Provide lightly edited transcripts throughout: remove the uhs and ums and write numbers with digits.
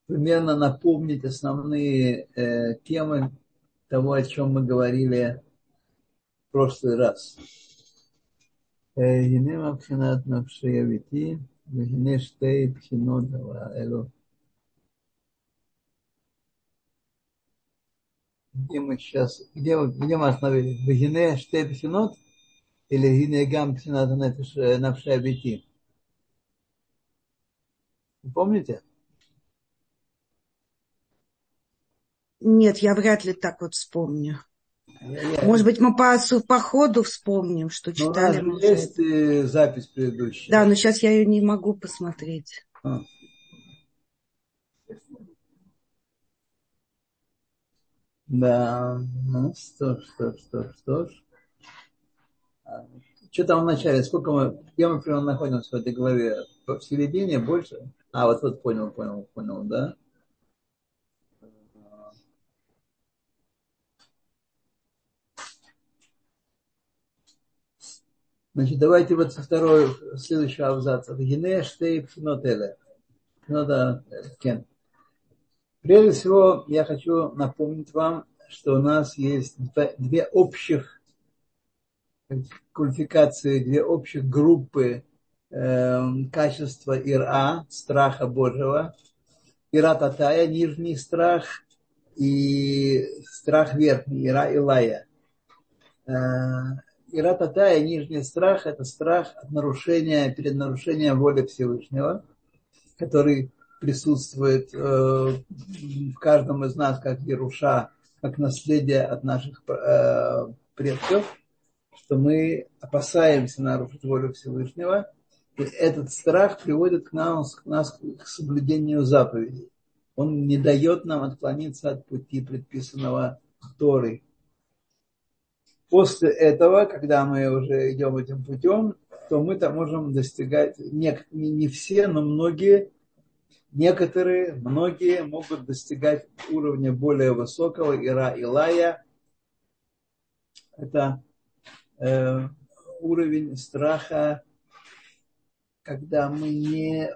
примерно напомнить основные темы того, о чем мы говорили в прошлый раз. Где мы сейчас, где мы остановились? Вегине штей пхинот или гине гам пхинат навшей абити? Вы помните? Нет, я вряд ли так вот вспомню. Может быть, мы по ходу вспомним, что Но у нас читали же мы уже есть это. запись предыдущая. Да, но сейчас я ее не могу посмотреть. Да, ну что ж. Что там в начале? Где мы примерно находимся в этой главе? В середине больше? Вот понял, да? Значит, давайте вот со следующего абзаца. Гине штей пхинотеле. Кен. Прежде всего, я хочу напомнить вам, что у нас есть две общих квалификации, две общих группы качества ира, страха Божьего. Ира татая, нижний страх, и страх верхний, ира илая. Ира татая, нижний страх, это страх перед нарушением воли Всевышнего, который присутствует в каждом из нас, как еруша, как наследие от наших предков, что мы опасаемся нарушить волю Всевышнего, и этот страх приводит нас к соблюдению заповедей. Он не дает нам отклониться от пути, предписанного Торой. После этого, когда мы уже идем этим путем, то мы там можем достигать, не все, но многие могут достигать уровня более высокого, ира илая. Это уровень страха, когда мы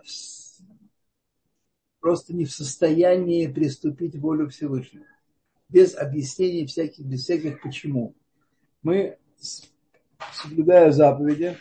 просто не в состоянии приступить волю Всевышнего. Без объяснений без всяких почему. Мы, соблюдая заповеди,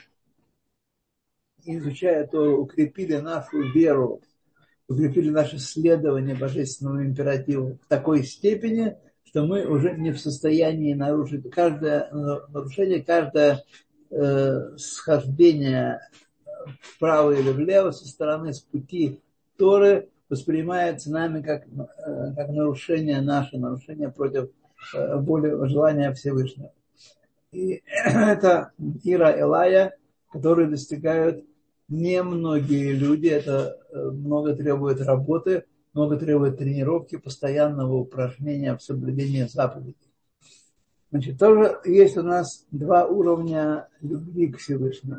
изучая Тору, укрепили нашу веру, укрепили наше следование божественному императиву в такой степени, что мы уже не в состоянии нарушить каждое нарушение, каждое схождение вправо или влево со стороны, с пути Торы воспринимается нами как нарушение против воли, желания Всевышнего. И это ира элая, которые достигают немногие люди. Это много требует работы, много требует тренировки, постоянного упражнения в соблюдении заповедей. Значит, тоже есть у нас два уровня любви к Всевышнему.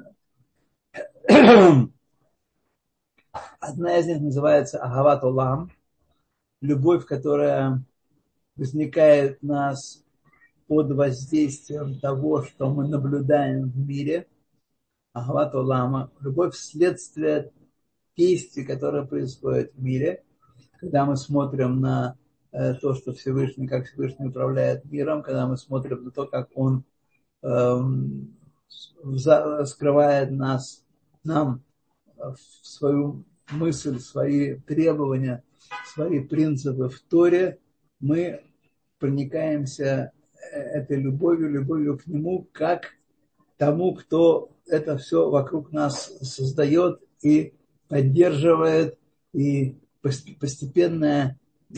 Одна из них называется Агават Олам, любовь, которая возникает в нас под воздействием того, что мы наблюдаем в мире. Агават Олама, любовь вследствие действий, которые происходят в мире, когда мы смотрим на то, что как Всевышний управляет миром, когда мы смотрим на то, как Он скрывает нам свою мысль, свои требования, свои принципы в Торе, мы проникаемся этой любовью к Нему, как тому, кто это все вокруг нас создает и поддерживает, и постепенное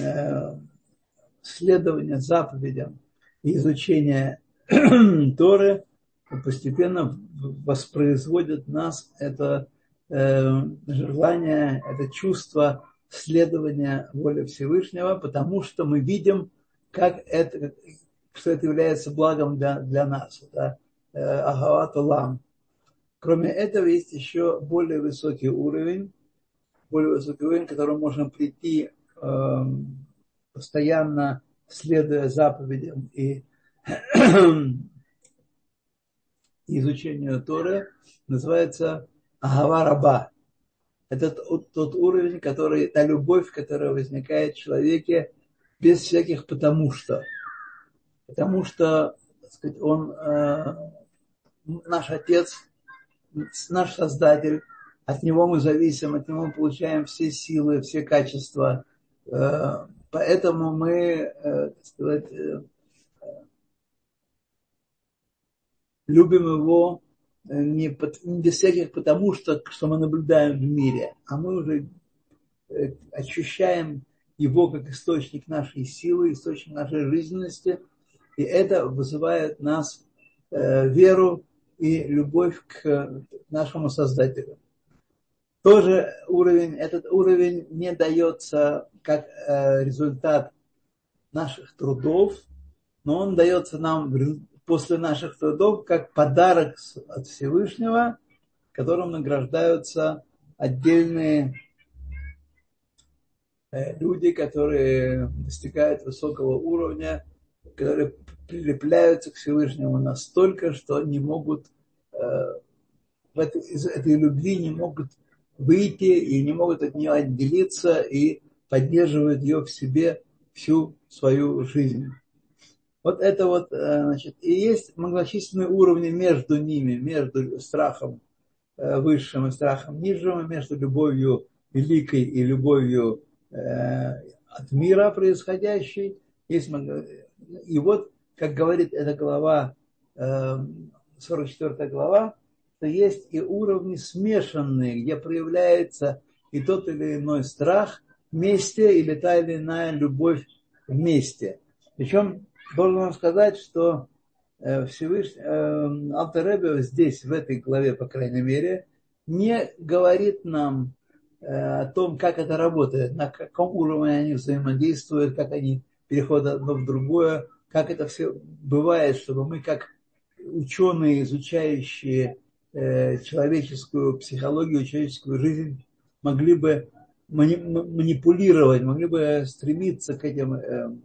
следование заповедям и изучение Торы постепенно воспроизводит нас это желание, это чувство следования воле Всевышнего, потому что мы видим, что это является благом для нас. Это Агават Олам. Кроме этого, есть еще более высокий уровень, к которому можно прийти, постоянно следуя заповедям и изучению Торы, называется Агава Раба. Это тот уровень, та любовь, которая возникает в человеке без всяких потому что. Потому что, так сказать, он наш Отец, наш Создатель, от Него мы зависим, от Него мы получаем все силы, все качества. Поэтому мы, так сказать, любим Его не без всяких потому что мы наблюдаем в мире, а мы уже ощущаем Его как источник нашей силы, источник нашей жизненности, и это вызывает в нас веру и любовь к нашему Создателю. Тоже этот уровень не дается как результат наших трудов, но он дается нам после наших трудов как подарок от Всевышнего, которым награждаются отдельные люди, которые достигают высокого уровня, которые прилепляются к Всевышнему настолько, что не могут из этой любви не могут выйти и не могут от нее отделиться и поддерживают ее в себе всю свою жизнь. Вот это вот, значит, и есть многочисленные уровни между ними, между страхом высшим и страхом низшим, между любовью великой и любовью от мира происходящей. И вот, как говорит эта глава, 44 глава, что есть и уровни смешанные, где проявляется и тот или иной страх вместе, или та или иная любовь вместе. Причем должен вам сказать, что Всевышний Алтер Ребе здесь, в этой главе, по крайней мере, не говорит нам о том, как это работает, на каком уровне они взаимодействуют, как они переходят одно в другое, как это все бывает, чтобы мы, как ученые, изучающие человеческую психологию, человеческую жизнь, могли бы манипулировать, могли бы стремиться к этим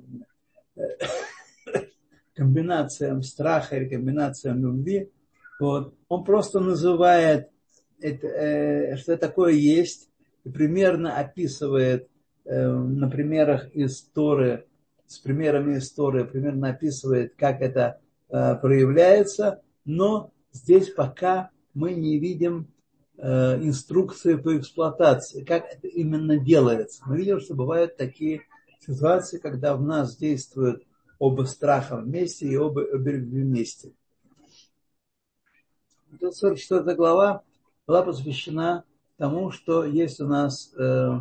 комбинациям страха или комбинациям любви. Вот. Он просто называет, что такое есть, и примерно описывает на примерах из Торы, с примерами из Торы, примерно описывает, как это проявляется, но здесь пока мы не видим инструкции по эксплуатации, как это именно делается. Мы видим, что бывают такие ситуации, когда в нас действуют оба страха вместе и оба любви вместе. Тут 44 глава была посвящена тому, что есть у нас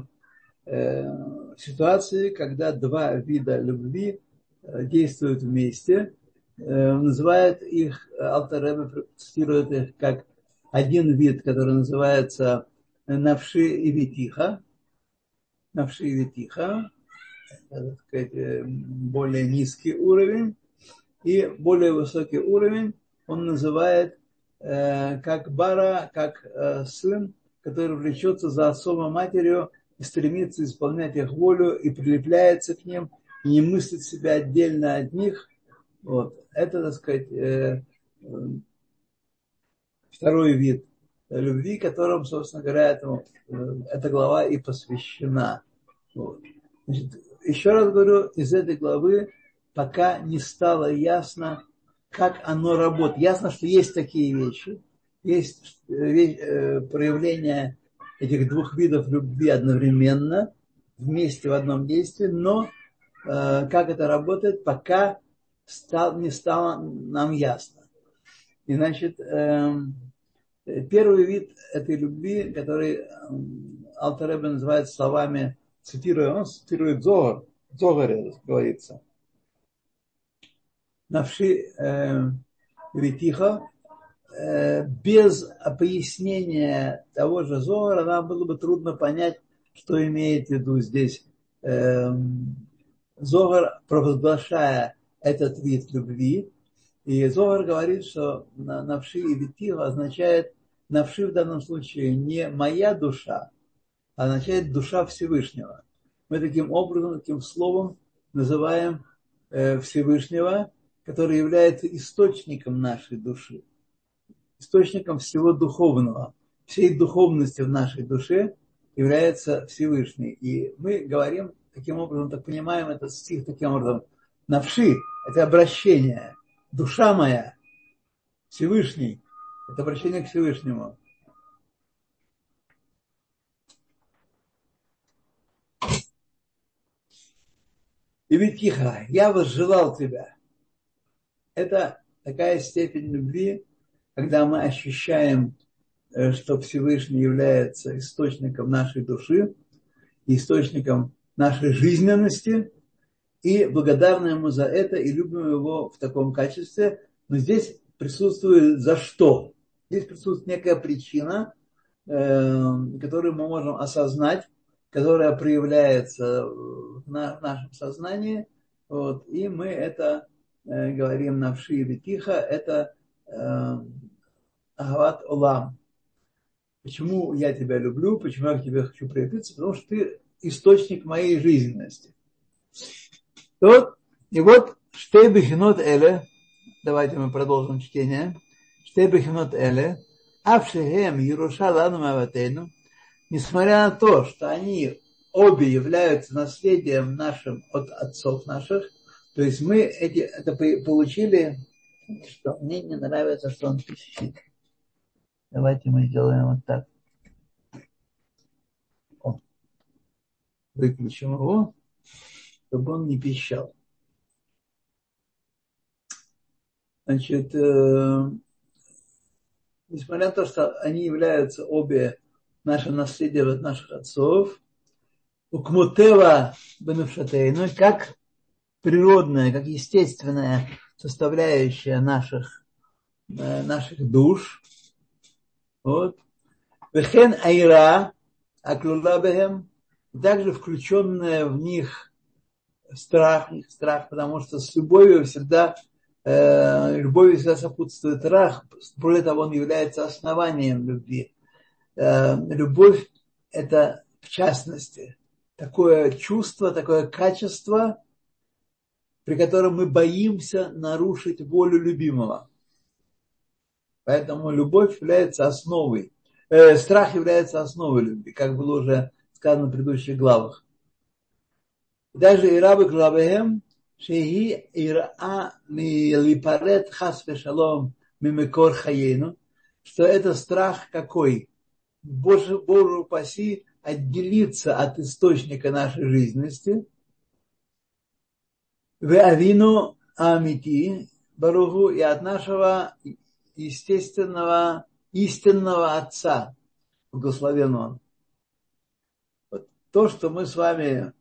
ситуации, когда два вида любви действуют вместе. Называет их, Алтер Ребе цитирует их как один вид, который называется навши и витиха. Навши и витиха. Так сказать, более низкий уровень. И более высокий уровень он называет как бара, как сын, который влечется за отцом и матерью и стремится исполнять их волю и прилепляется к ним, и не мыслит себя отдельно от них. Вот. Это, так сказать, второй вид любви, которым, собственно говоря, эта глава и посвящена. Вот. Значит, еще раз говорю, из этой главы пока не стало ясно, как оно работает. Ясно, что есть такие вещи, есть проявление этих двух видов любви одновременно, вместе в одном действии, но как это работает, пока не стало нам ясно. И, значит, первый вид этой любви, который Алтер Ребе называет словами, он цитирует Зогар, в Зогаре говорится, навши витиха, без пояснения того же Зогара нам было бы трудно понять, что имеет в виду здесь Зогар, провозглашая этот вид любви. И Зогар говорит, что навши и витиха означает, навши в данном случае не моя душа, а означает душа Всевышнего. Мы таким образом, таким словом называем Всевышнего, который является источником нашей души, источником всего духовного, всей духовности в нашей душе, является Всевышний. И мы говорим таким образом, так понимаем этот стих таким образом. Навши – это обращение. Душа моя, Всевышний – это обращение к Всевышнему. И ведь тихо, я возжелал тебя. Это такая степень любви, когда мы ощущаем, что Всевышний является источником нашей души, источником нашей жизненности, и благодарны ему за это, и любим его в таком качестве. Но здесь присутствует за что? Здесь присутствует некая причина, которую мы можем осознать, которая проявляется в нашем сознании. Вот, и мы это говорим навши и тихо, это агават олам. Почему я тебя люблю, почему я к тебе хочу проявиться? Потому что ты источник моей жизненности. И вот штей бехинот эле, давайте мы продолжим чтение. Штей бехинот эле, авшехем Еруша лану маватейну, несмотря на то, что они обе являются наследием нашим от отцов наших, то есть мы это получили, что мне не нравится, что он пищит. Давайте мы сделаем вот так. Выключим его, чтобы он не пищал. Значит, несмотря на то, что они являются обе нашим наследием от наших отцов, укмутева бенуфшатейну, как природная, как естественная составляющая наших душ. Вот. Вехен айра аклула бехем, также включенная в них страх, потому что с любовью всегда сопутствует рах, более того, он является основанием любви. Любовь – это, в частности, такое чувство, такое качество, при котором мы боимся нарушить волю любимого. Поэтому любовь является основой, страх является основой любви, как было уже сказано в предыдущих главах. Даже ирабы главеем, шеги ира милипарет хас вешалом мимекор хаейну, что это страх какой? Боже упаси отделиться от источника нашей жизненности. В авину амити баруху, и от нашего естественного, истинного Отца, благословен Он. Вот то, что мы с вами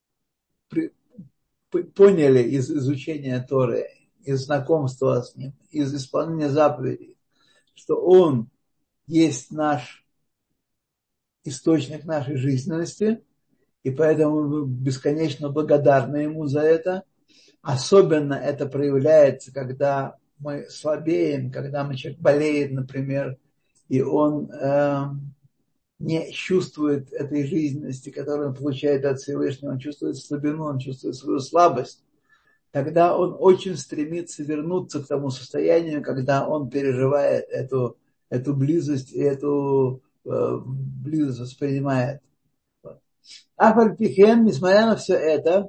поняли из изучения Торы, из знакомства с Ним, из исполнения заповедей, что Он есть наш источник нашей жизненности, и поэтому мы бесконечно благодарны Ему за это. Особенно это проявляется, когда мы слабеем, когда человек болеет, например, и он не чувствует этой жизненности, которую он получает от Всевышнего, он чувствует слабину, он чувствует свою слабость. Тогда он очень стремится вернуться к тому состоянию, когда он переживает эту близость и эту близость воспринимает. Афальпихен, несмотря на все это,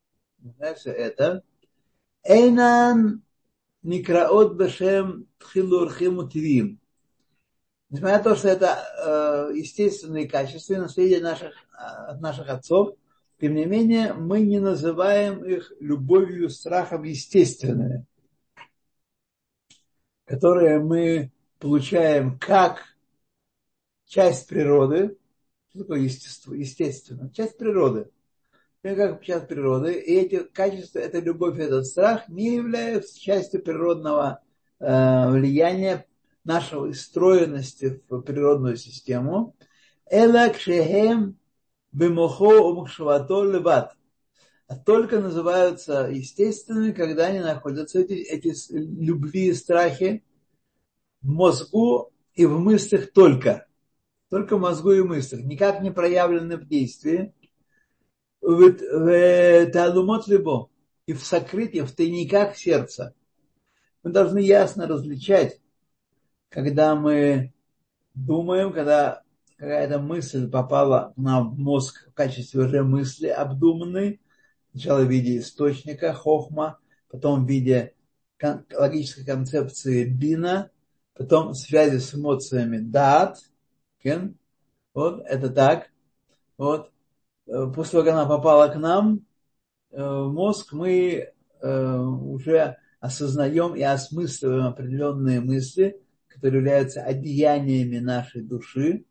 Эйнан Микраот Бешем Тхилурхим Утивим. Несмотря на то, что это естественные качества, наследие от наших отцов, тем не менее, мы не называем их любовью, страхом естественными, которые мы получаем как часть природы. Что такое естество? Естественно. Часть природы. Как часть природы. И эти качества, эта любовь, этот страх не являются частью природного влияния, нашей встроенности в природную систему. Эла кшехем бимохо умхшвато леват. А только называются естественными, когда они находятся, эти любви и страхи, в мозгу и в мыслях только. Только в мозгу и в мыслях. Никак не проявлены в действии. В талумот либо и в сокрытии, в тайниках сердца. Мы должны ясно различать, когда мы думаем, когда какая-то мысль попала к нам в мозг в качестве уже мысли обдуманной, сначала в виде источника хохма, потом в виде логической концепции бина, потом в связи с эмоциями дат, вот, это так, вот. После того, как она попала к нам в мозг, мы уже осознаем и осмысливаем определенные мысли, которые являются одеяниями нашей души.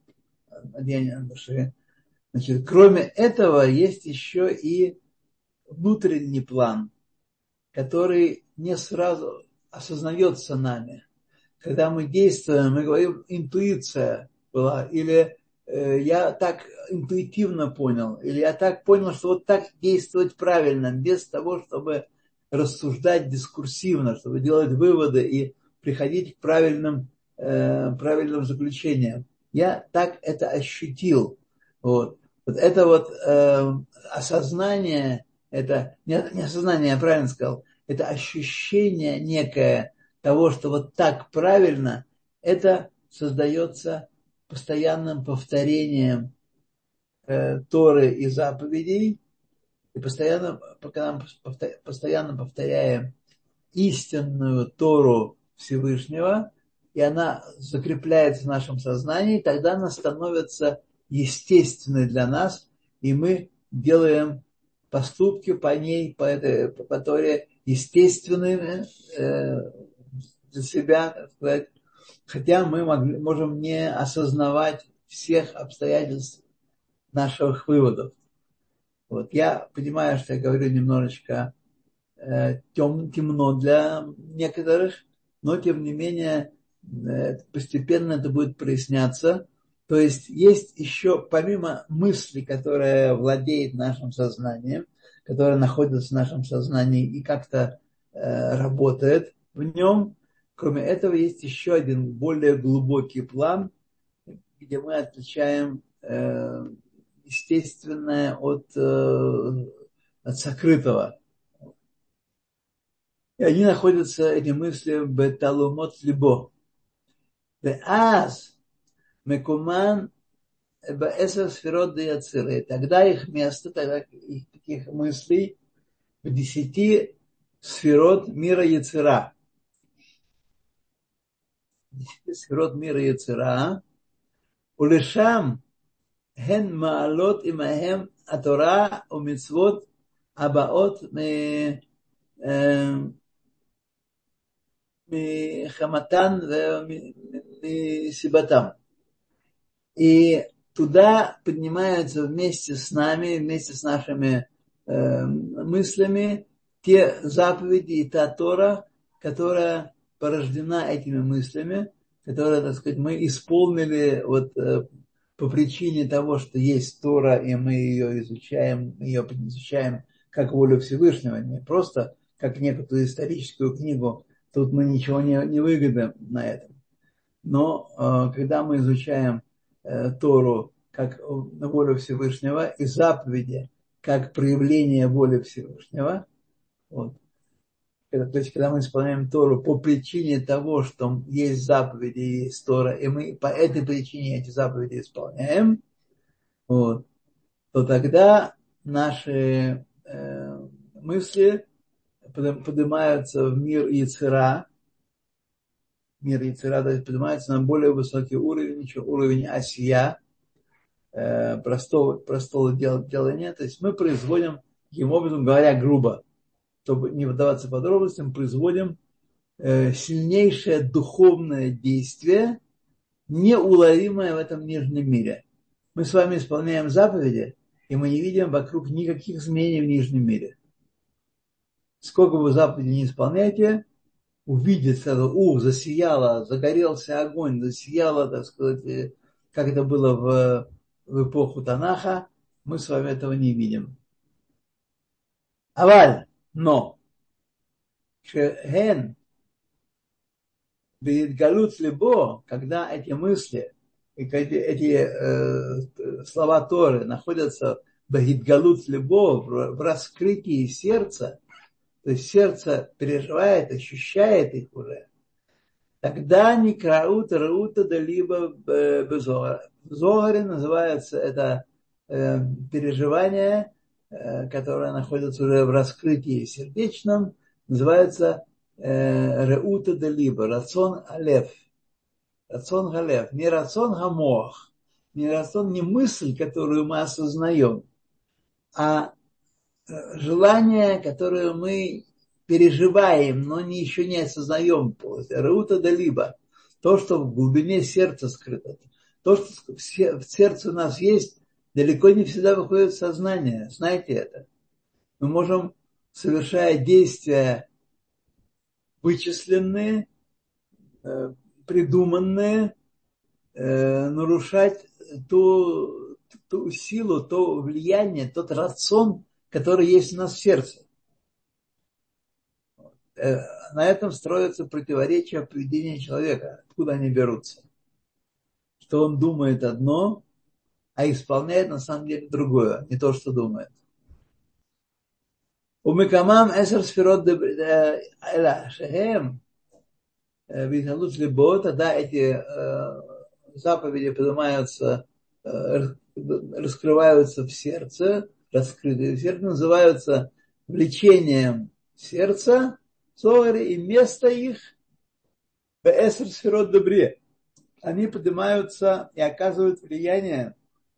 Значит, кроме этого, есть еще и внутренний план, который не сразу осознается нами. Когда мы действуем, мы говорим, интуиция была, или я так интуитивно понял, или я так понял, что вот так действовать правильно, без того, чтобы рассуждать дискурсивно, чтобы делать выводы и приходить к правильным заключениям. Я так это ощутил. Вот, вот это вот осознание, это не осознание, я правильно сказал, это ощущение некое того, что вот так правильно, это создается постоянным повторением Торы и заповедей, и постоянно, пока мы постоянно повторяем истинную Тору Всевышнего, и она закрепляется в нашем сознании, тогда она становится естественной для нас, и мы делаем поступки по ней, по Торе естественными для себя, так сказать, хотя мы можем не осознавать всех обстоятельств наших выводов. Вот. Я понимаю, что я говорю немножечко темно для некоторых, но тем не менее постепенно это будет проясняться. То есть есть еще, помимо мысли, которая владеет нашим сознанием, которая находится в нашем сознании и как-то работает в нем, кроме этого есть еще один более глубокий план, где мы отличаем естественное от сокрытого. И они находятся, эти мысли, беталумот либо. Аз мекуман баэсер сферот даяциры. Тогда их место, тогда их таких мыслей в 10 сферот мира Яцира. 10 сферот мира Яцира. Улешам хен маалот имаhem атора умицвот абаот מחמתן ומסיבתם. И туда поднимаются вместе с нами, вместе с нашими мыслями те заповеди и та Тора, которая порождена этими мыслями, которая, так сказать, мы исполнили вот, по причине того, что есть Тора, и мы ее изучаем как волю Всевышнего, не просто как некую историческую книгу. Тут мы ничего не выгодаем на этом. Но когда мы изучаем Тору как волю Всевышнего и заповеди как проявление воли Всевышнего, вот, то есть когда мы исполняем Тору по причине того, что есть заповеди и есть Тора, и мы по этой причине эти заповеди исполняем, вот, то тогда наши мысли поднимаются в мир Яцера, то есть поднимается на более высокий уровень, еще уровень осия, простого делания. То есть мы производим, таким образом говоря грубо, чтобы не вдаваться в подробностям, производим сильнейшее духовное действие, неуловимое в этом нижнем мире. Мы с вами исполняем заповеди, и мы не видим вокруг никаких изменений в нижнем мире. Сколько вы заповедей не исполняете, увидит, засияло, загорелся огонь, засияло, так сказать, как это было в эпоху Танаха, мы с вами этого не видим. Аваль, но, шехен, беидгалут либо, когда эти мысли, эти слова Торы находятся беидгалут либо, в раскрытии сердца, то есть сердце переживает, ощущает их уже, тогда не краута раута да либо безора. В Зогаре называется это переживание, которое находится уже в раскрытии сердечном, называется реута де либа, рацион алев. Рацион галев, не рацион гамох, не рацион, не мысль, которую мы осознаем, а желание, которое мы переживаем, но еще не осознаем. Реута де либа, то, что в глубине сердца скрыто. То, что в сердце у нас есть, далеко не всегда выходит в сознание. Знаете это. Мы можем, совершая действия вычисленные, придуманные, нарушать ту силу, то влияние, тот рацион, который есть у нас в сердце. На этом строятся противоречия поведения человека. Откуда они берутся? Что он думает одно, а исполняет на самом деле другое, не то, что думает. У Мекамам эсер сферот эла шехем виталут либо, тогда эти заповеди поднимаются, раскрываются в сердце, раскрытые в сердце, называются влечением сердца, и место их в эсер сферот добре. Они поднимаются и оказывают влияние,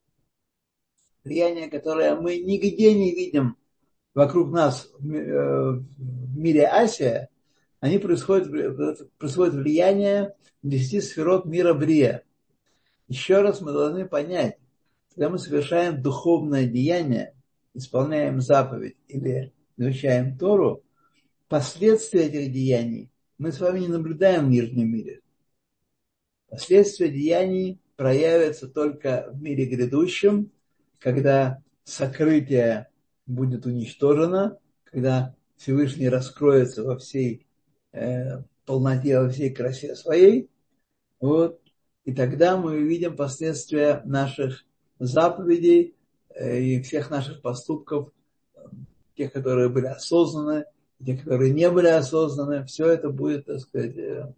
которое мы нигде не видим вокруг нас в мире Асия. Они происходит влияние 10 сферот мира Брия. Еще раз мы должны понять, когда мы совершаем духовное деяние, исполняем заповедь или изучаем Тору, последствия этих деяний мы с вами не наблюдаем в нижнем мире. Последствия деяний проявятся только в мире грядущем, когда сокрытие будет уничтожено, когда Всевышний раскроется во всей полноте, во всей красе своей. Вот. И тогда мы увидим последствия наших заповедей и всех наших поступков, тех, которые были осознаны, тех, которые не были осознаны. Все это будет, так сказать,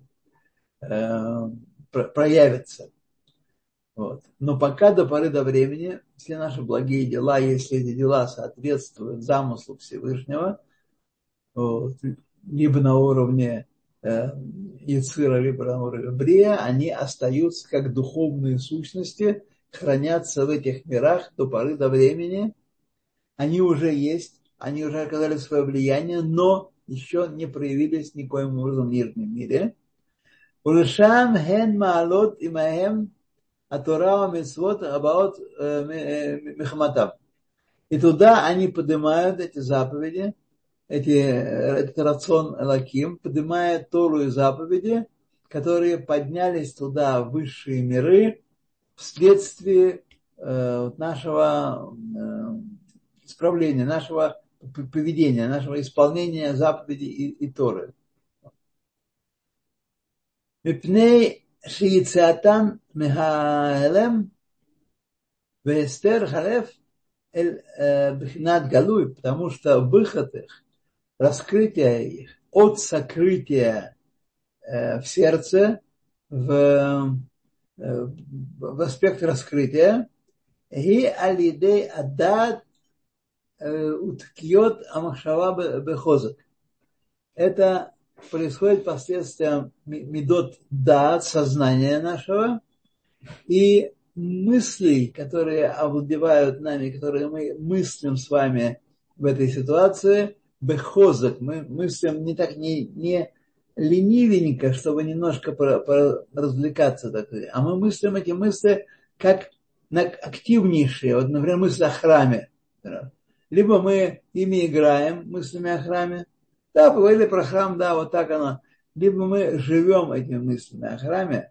проявится. Вот. Но пока до поры до времени все наши благие дела, если эти дела соответствуют замыслу Всевышнего, вот, либо на уровне Яцира, либо на уровне Брия, они остаются как духовные сущности, хранятся в этих мирах до поры до времени. Они уже есть, они уже оказали свое влияние, но еще не проявились никоим образом в нижнем мире. Улешам хен маалот имаем атора мицвот абаот мехаматав. И туда они поднимают эти заповеди, этот рацион Элоким, поднимает Тору и заповеди, которые поднялись туда в высшие миры вследствие нашего исправления, нашего поведения, нашего исполнения заповедей и Торы. Мипней шиицатан мехаэлем вестер халев эль бхинат галуй, потому что выход их, раскрытие их от сокрытия в сердце, в аспект раскрытия, и алидей адад уткьет амахшава бехозак. Это происходит последствием медот даат, сознания нашего, и мыслей, которые овладевают нами, которые мы мыслим с вами в этой ситуации, бехозак, мы мыслим не ленивенько, чтобы немножко развлекаться, а мы мыслим эти мысли как активнейшие. Вот, например, мысли о храме. Либо мы ими играем, мыслями о храме. Да, поговорили про храм, да, вот так оно. Либо мы живем этими мыслями о храме,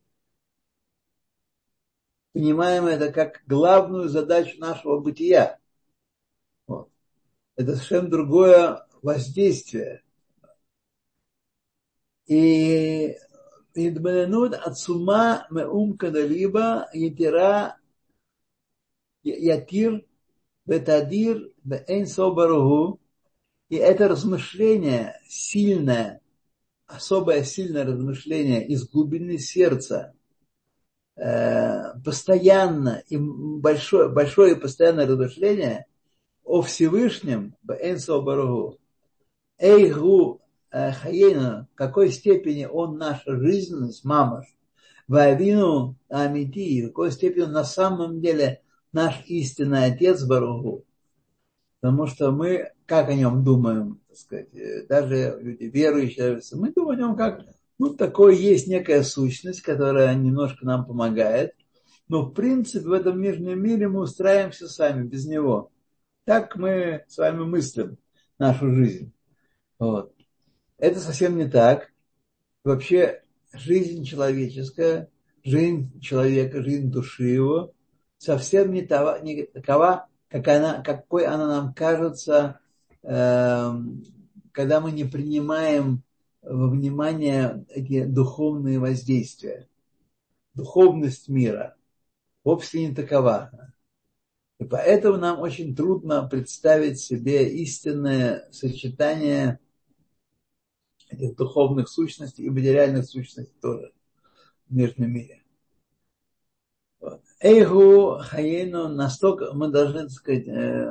понимаем это как главную задачу нашего бытия. Вот. Это совершенно другое воздействие. И идбананут ацума меум кадалиба ятира ятир бетадир беэн собаруху. И это размышление сильное, особое сильное размышление из глубины сердца, постоянно и большое и постоянное размышление о Всевышнем, Энсо Баругу, Эйгу Хаейна, в какой степени он наша жизненность, мамаш, Вавину Амити, в какой степени он на самом деле наш истинный отец Баругу. Потому что мы, как о нем думаем, так сказать, даже люди верующие, мы думаем о нем как, такое есть некая сущность, которая немножко нам помогает, но в принципе в этом нижнем мире мы устраиваемся сами, без него. Так мы с вами мыслим нашу жизнь. Вот. Это совсем не так. Вообще жизнь человеческая, жизнь человека, жизнь души его совсем не такова, какой она нам кажется, когда мы не принимаем во внимание эти духовные воздействия. Духовность мира вовсе не такова. И поэтому нам очень трудно представить себе истинное сочетание этих духовных сущностей и материальных сущностей тоже в нижнем мире. Эйгу Хаейну, настолько мы должны, так сказать,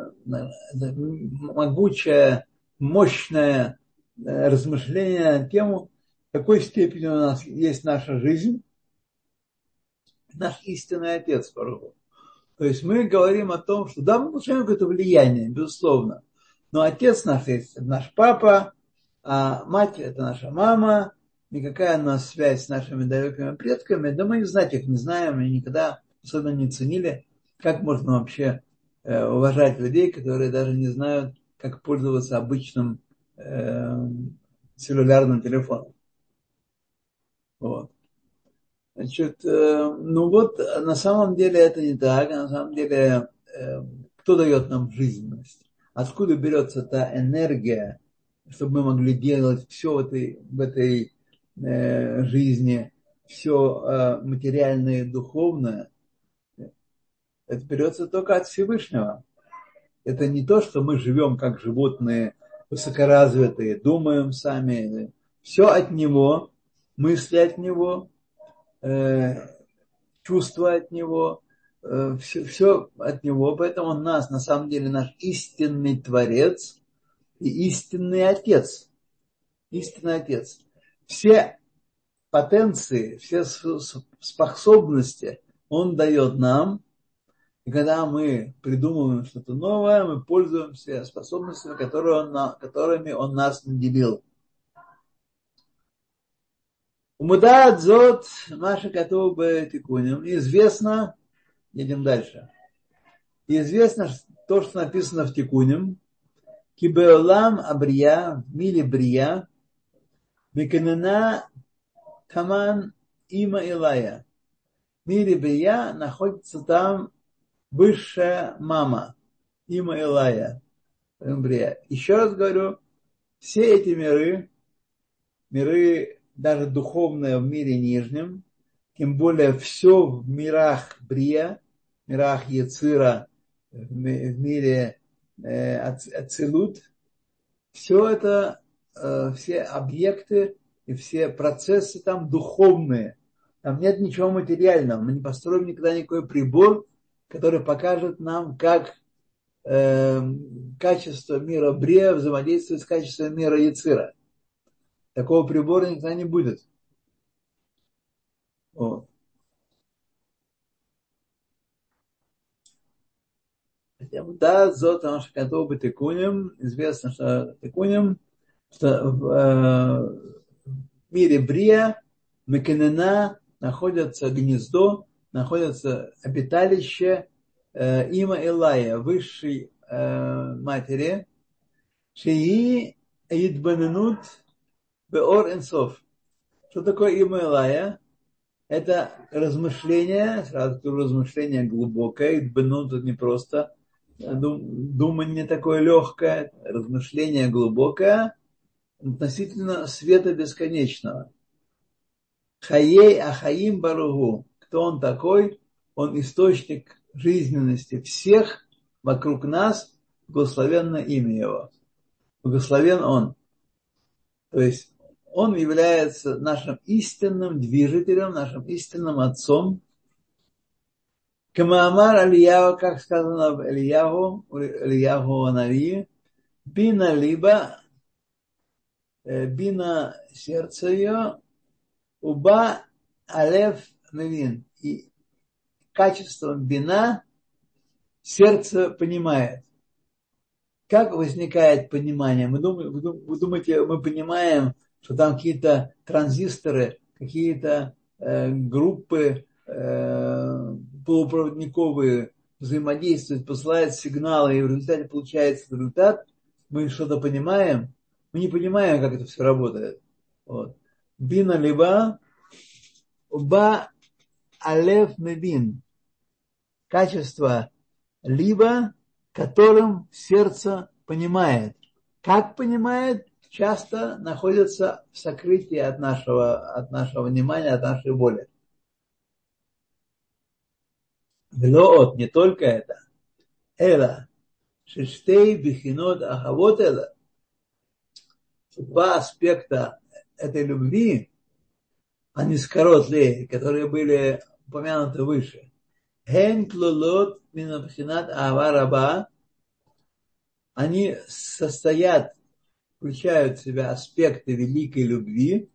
могучее, мощное размышление на тему, в какой степени у нас есть наша жизнь, наш истинный Отец Барух. То есть мы говорим о том, что да, мы получаем какое-то влияние, безусловно, но Отец наш есть, это наш папа, а мать это наша мама, никакая у нас связь с нашими далекими предками, да мы знать их не знаем и никогда особенно не ценили, как можно вообще уважать людей, которые даже не знают, как пользоваться обычным целлюлярным телефоном. Вот. Значит, на самом деле это не так. На самом деле, кто дает нам жизненность? Откуда берется та энергия, чтобы мы могли делать все в этой жизни, все материальное и духовное? Это берется только от Всевышнего. Это не то, что мы живем как животные, высокоразвитые, думаем сами. Все от Него, мысли от Него, чувства от Него, все от Него. Поэтому он на самом деле, наш истинный Творец и истинный Отец. Истинный Отец. Все потенции, все способности Он дает нам. И когда мы придумываем что-то новое, мы пользуемся способностями, которыми Он нас наделил. Умудат зот Маша Катуба Тикунем. Известно, едем дальше. Известно то, что написано в Тикунем. Кибеолам Абрия, в мире Брия, Миканена Каман Има Илая. В мире Брия находится там высшая мама, Има Илая. Брия. Еще раз говорю, все эти миры даже духовное в мире нижнем, тем более все в мирах Брия, в мирах Яцира, в мире Ацилут, все это, все объекты и все процессы там духовные. Там нет ничего материального. Мы не построим никогда никакой прибор, который покажет нам, как качество мира Брия взаимодействует с качеством мира Яцира. Такого прибора никогда не будет. Вот. Да, зотам шакату бетикунем. Известно, что тикунем, что в мире Брия, Мекенена находится гнездо, находится обиталище Има Илая, высшей матери, Шии Идбаненут Беор Энсов. Что такое Има Илая? Это размышление, сразу говорю, размышление глубокое, Идбаненут это не просто думание такое легкое, размышление глубокое относительно света бесконечного. Хаей Ахаим Баругу. Кто он такой? Он источник жизненности всех вокруг нас. Благословенно имя его. Благословен он. То есть он является нашим истинным движителем, нашим истинным отцом. Камаамар Алияу, как сказано в Ильяву Анави, бина либо, бина сердце ее, уба алев мевин. И качеством бина сердце понимает. Как возникает понимание? Вы думаете, мы понимаем, что там какие-то транзисторы, какие-то группы полупроводниковые взаимодействуют, посылают сигналы, и в результате получается результат. Мы что-то понимаем. Мы не понимаем, как это все работает. Вот. Бина либа, уба алев мебин. Качество либо, которым сердце понимает. Как понимает, часто находится в сокрытии от нашего внимания, от нашей воли. Велоот, не только это. Эла, шештей бихинот ахавот эла. Два аспекта этой любви, они скорот лей, которые были упомянуты выше. Хен клолот минабхинат ава раба. Они состоят, включают в себя аспекты великой любви.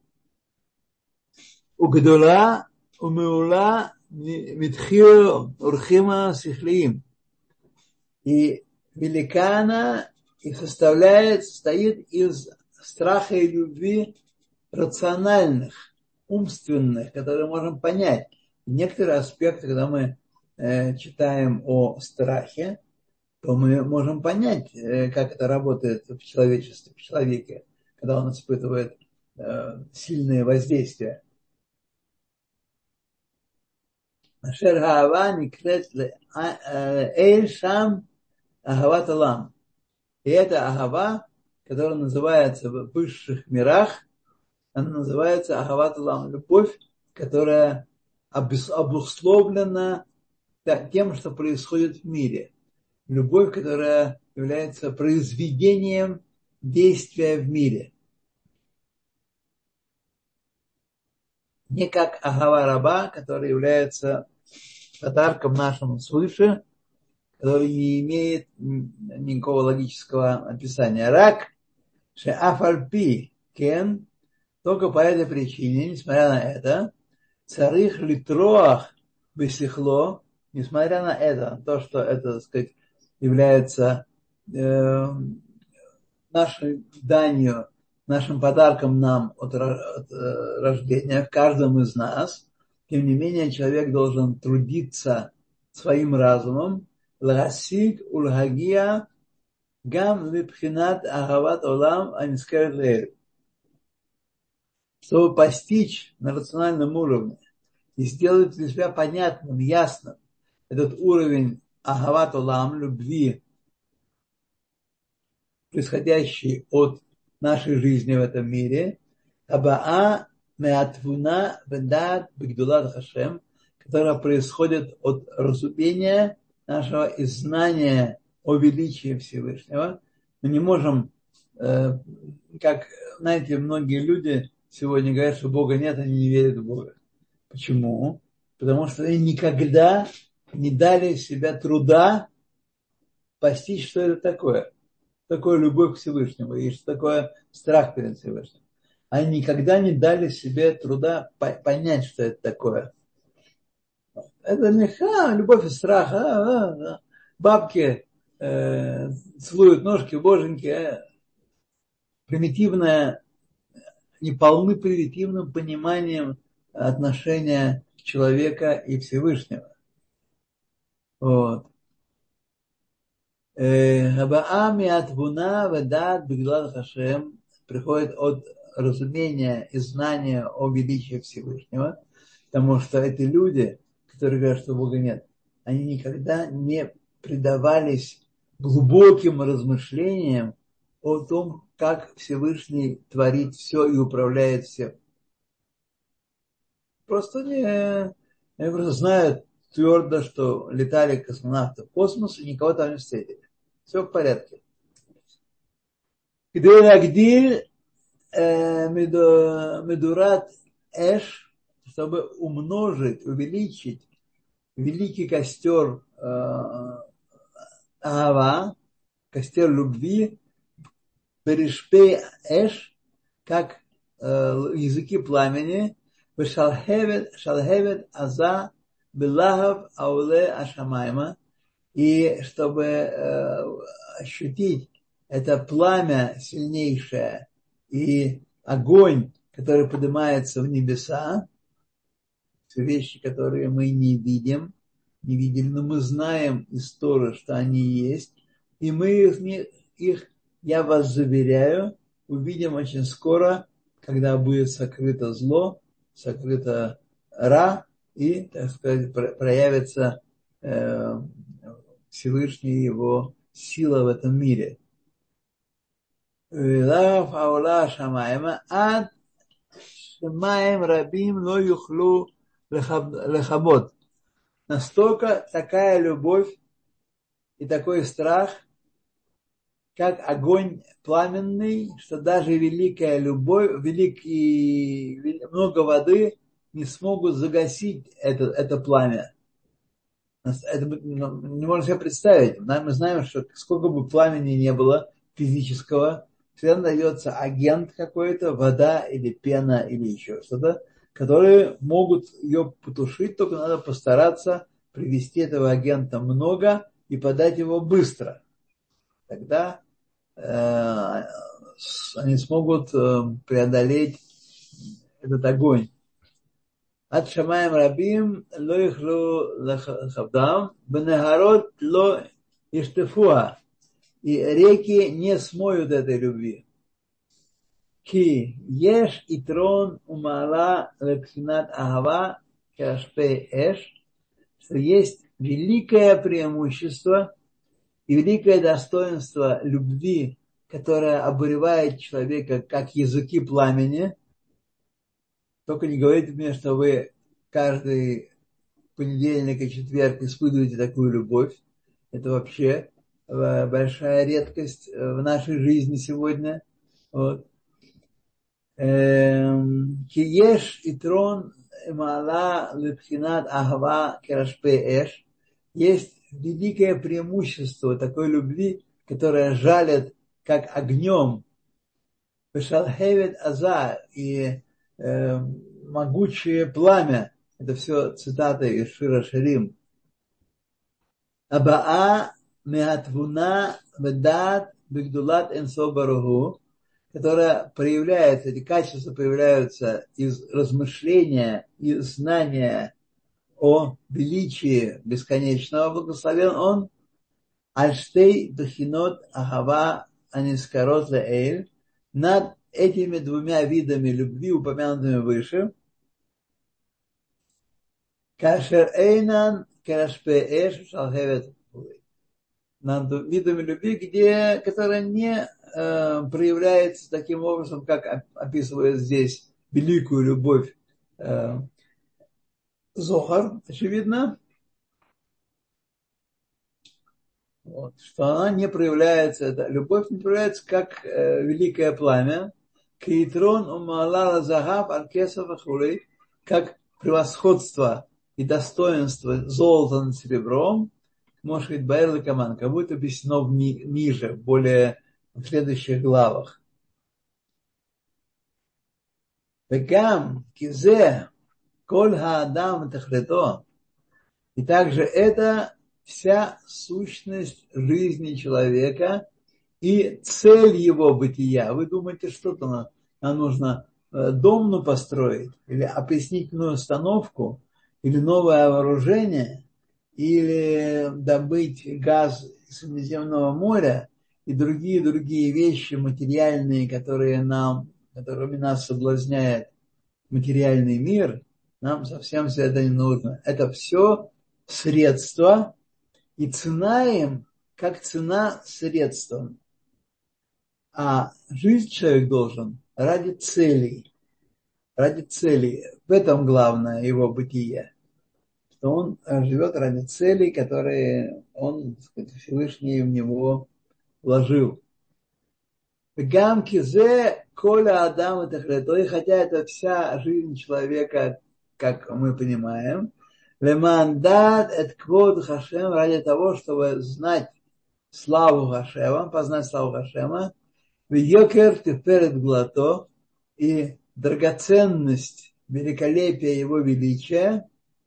Угдула, умеула, митхио, урхима, сихлиим. И великана их состоит из страха и любви рациональных, умственных, которые можем понять. Некоторые аспекты, когда мы читаем о страхе, то мы можем понять, как это работает в человечестве, в человеке, когда он испытывает сильные воздействия. Ашер хаава никрет эль шам агават алам. И это агава, которая называется в высших мирах, она называется агават алам. Любовь, которая обусловлена тем, что происходит в мире. Любовь, которая является произведением действия в мире. Не как агава раба, который является подарком нашим свыше, который не имеет никакого логического описания. Рак, шеафальпи кен, только по этой причине, несмотря на это, царих литроах бесихло, несмотря на это, то, что это, так сказать, является нашей данью, нашим подарком нам от рождения, в каждом из нас, тем не менее человек должен трудиться своим разумом, ласик ульхагия гам липхинат агават олам анискерет леэль, чтобы постичь на рациональном уровне и сделать для себя понятным, ясным этот уровень агават олам, любви, происходящий от нашей жизни в этом мире, абаа меатвуна ведат бигдулат хашем, которая происходит от разумения нашего и знания о величии Всевышнего. Мы не можем, как, знаете, многие люди сегодня говорят, что Бога нет, они не верят в Бога. Почему? Потому что они никогда не дали себе труда постичь, что это такое. Что такое любовь к Всевышнему и что такое страх перед Всевышним. Они никогда не дали себе труда понять, что это такое. Это не любовь и страх. Бабки целуют ножки, боженьки. Примитивное, не полны примитивным пониманием отношения человека и Всевышнего. Вот. Хабаами атвуна ведат бигдулат хашем приходит от разумения и знания о величии Всевышнего, потому что эти люди, которые говорят, что Бога нет, они никогда не предавались глубоким размышлениям о том, как Всевышний творит все и управляет всем. Они просто знают твердо, что летали космонавты в космос и никого там не встретили. Все в порядке. Где лагдиль медурат эш, чтобы умножить, увеличить великий костер Ава, костер любви, Берешпей Эш, как языки пламени, шалхевет аза белахав ауле ашамайма, и чтобы ощутить это пламя сильнейшее и огонь, который поднимается в небеса, все вещи, которые мы не видим, не видели, но мы знаем из Торы, что они есть, и мы их, я вас заверяю, увидим очень скоро, когда будет сокрыто зло, сокрыто ра, и, так сказать, проявится Всевышний его сила в этом мире. Шемаем рабим ло юхлу лехабот. Настолько такая любовь и такой страх, как огонь пламенный, что даже великая любовь, много воды не смогут загасить это пламя. Это не можно себе представить. Мы знаем, что сколько бы пламени не было физического, всегда найдется агент какой-то, вода или пена или еще что-то, которые могут ее потушить, только надо постараться привести этого агента много и подать его быстро. Тогда они смогут преодолеть этот огонь. От шамаем рабим ло ихлу лахавдам, бенегарот ло иштефуа. И реки не смоют этой любви. Ки еш и трон умала лепхинат агава кашпей эш, что есть великое преимущество и великое достоинство любви, которое обуревает человека, как языки пламени. Только не говорите мне, что вы каждый понедельник и четверг испытываете такую любовь. Это вообще большая редкость в нашей жизни сегодня. Вот. Киеш и трон мала лепхинат ахва керашпе эш. Есть великое преимущество такой любви, которая жалит как огнем. Бешалхевет аза и могучее пламя. Это все цитаты из Шира Ширим. Абаа меатвуна ведат бигдулат энсо баруху, которая проявляется, эти качества появляются из размышления и знания о величии бесконечного, благословен он, альштей духинот ахава анискарот леэль, над этими двумя видами любви, упомянутыми выше, кашер эйнан керашпе эш шалхевет, над видами любви, которая не проявляется таким образом, как описывает здесь великую любовь Зохар, очевидно, вот, что она не проявляется, любовь не проявляется как великое пламя, кейтрон умалала загав аркесов ахулей, как превосходство и достоинство золота над серебром, может быть, Баэр Лекаман, как будто объяснено ниже, более в следующих главах. Вегам кизе коль хаадам тахлето. И также это вся сущность жизни человека и цель его бытия. Вы думаете, что-то нам нужно дом построить, или опреснительную установку, или новое вооружение, или добыть газ из Средиземного моря и другие вещи материальные, которыми нас соблазняет материальный мир, нам совсем все это не нужно. Это все средства, и цена им, как цена средствам. А жить человек должен ради целей. Ради целей. В этом главное его бытие. Что он живет ради целей, которые он, так сказать, Всевышний в него вложил. Гамкизе коля Адам и Тахлето, и хотя это вся жизнь человека, как мы понимаем, Лемандат эт квод Хашем, ради того, чтобы знать славу Хашема, познать славу Хашема, в йокер теферет глато, и драгоценность, великолепие его величия.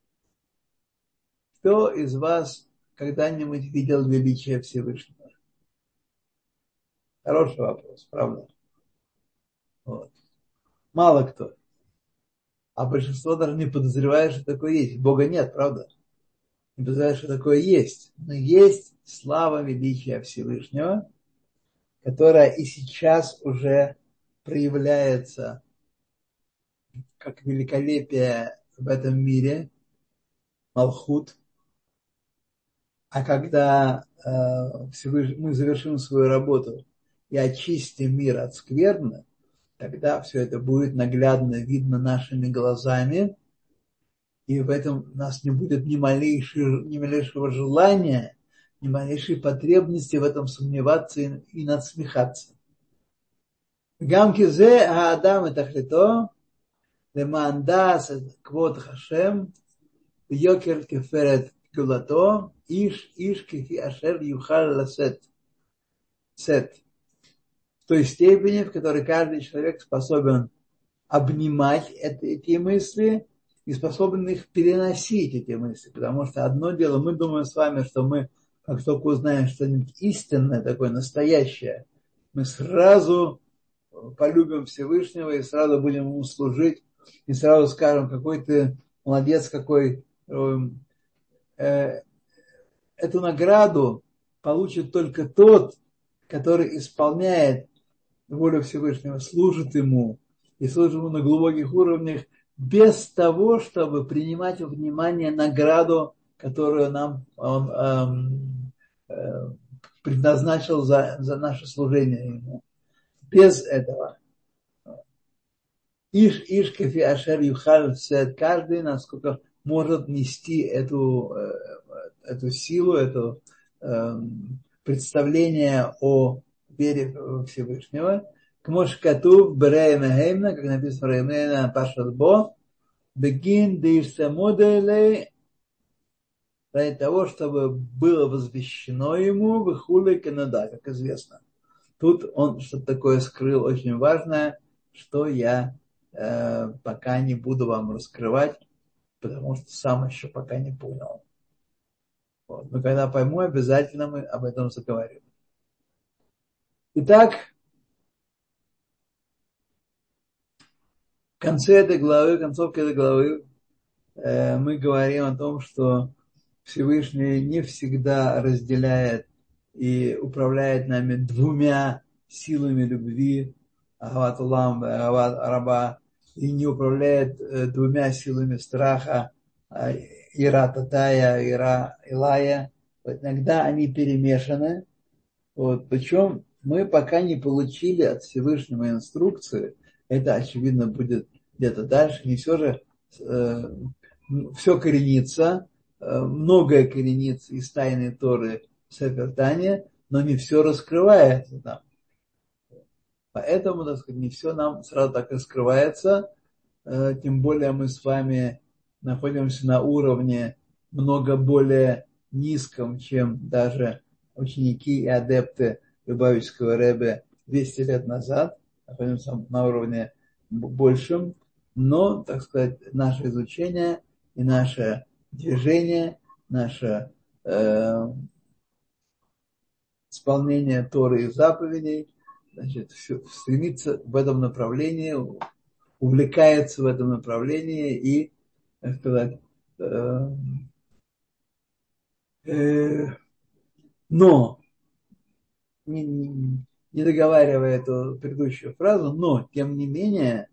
Кто из вас когда-нибудь видел величие Всевышнего? Хороший вопрос, правда? Вот. Мало кто. А большинство даже не подозревает, что такое есть. Бога нет, правда? Не подозревает, что такое есть. Но есть слава величия Всевышнего, которая и сейчас уже проявляется как великолепие в этом мире, Малхут. А когда мы завершим свою работу и очистим мир от скверны, тогда все это будет наглядно видно нашими глазами, и в этом у нас не будет ни малейшего желания, ни малейшей потребности в этом сомневаться и надсмехаться. Гамкизе Аадам и Тахлито, Лемандас Квот Хашем, Йокер Кеферет Гулато, Иш Кефи Ашер Юхал Ласет. Сет. В той степени, в которой каждый человек способен обнимать эти мысли и способен их переносить, эти мысли. Потому что одно дело, мы думаем с вами, что мы, как только узнаем что-нибудь истинное, такое настоящее, мы сразу полюбим Всевышнего и сразу будем ему служить, и сразу скажем, какой ты молодец, какой. Эту награду получит только тот, который исполняет волю Всевышнего, служит ему и служит ему на глубоких уровнях, без того, чтобы принимать во внимание награду, которую нам он предназначил за наше служение ему. Без этого. Иш кефи ашер юхаль сет. Каждый, насколько может нести эту силу, это представление о вере Всевышнего. Кмош катув береяна геймна, как написано в Реймена Пашат Бо, бегин дейсамоделей, ради того, чтобы было возвещено ему в Хуле Канада, как известно. Тут он что-то такое скрыл очень важное, что я пока не буду вам раскрывать, потому что сам еще пока не понял. Вот. Но когда пойму, обязательно мы об этом заговорим. Итак, в конце этой главы, концовке этой главы мы говорим о том, что Всевышний не всегда разделяет и управляет нами двумя силами любви, Агават Улам и Агават Араба, и не управляет двумя силами страха, Ира Татая, Ира Илая. Вот иногда они перемешаны. Вот. Причем мы пока не получили от Всевышнего инструкции, это, очевидно, будет где-то дальше, не все же, все коренится, многое коренится из тайной Торы в Сефер Тане, но не все раскрывается там. Поэтому, так сказать, не все нам сразу так раскрывается, тем более мы с вами находимся на уровне много более низком, чем даже ученики и адепты Любавичского Ребе 200 лет назад, находимся на уровне большем, но, так сказать, наше изучение и наше движение, наше исполнение Торы и заповедей, значит, стремится в этом направлении, увлекается в этом направлении и, так сказать, но, не договаривая эту предыдущую фразу, но, тем не менее,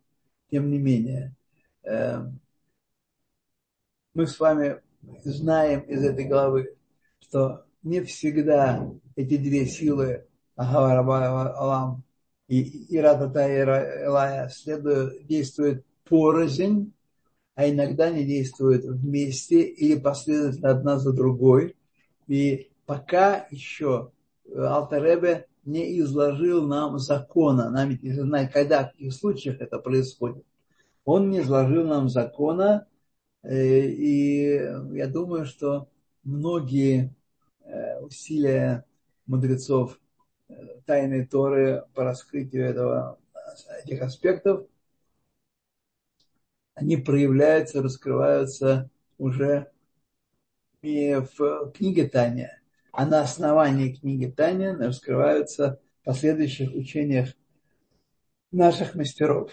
мы с вами знаем из этой главы, что не всегда эти две силы, Агава Раба Алам и Иратата и Элая, действуют порознь, а иногда они действуют вместе или последовательно одна за другой. И пока еще Алтер Ребе не изложил нам закона, нам ведь не знать, когда, в каких случаях это происходит. Он не изложил нам закона, И я думаю, что многие усилия мудрецов тайной Торы по раскрытию этих аспектов, они проявляются, раскрываются уже не в книге Таня, а на основании книги Таня раскрываются в последующих учениях наших мастеров.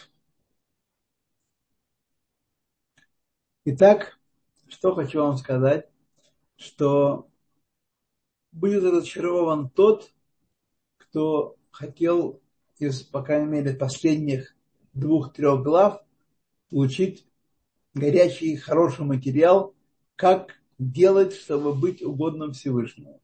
Итак, что хочу вам сказать, что будет разочарован тот, кто хотел из, по крайней мере, последних 2-3 глав получить горячий, хороший материал, как делать, чтобы быть угодным Всевышнему.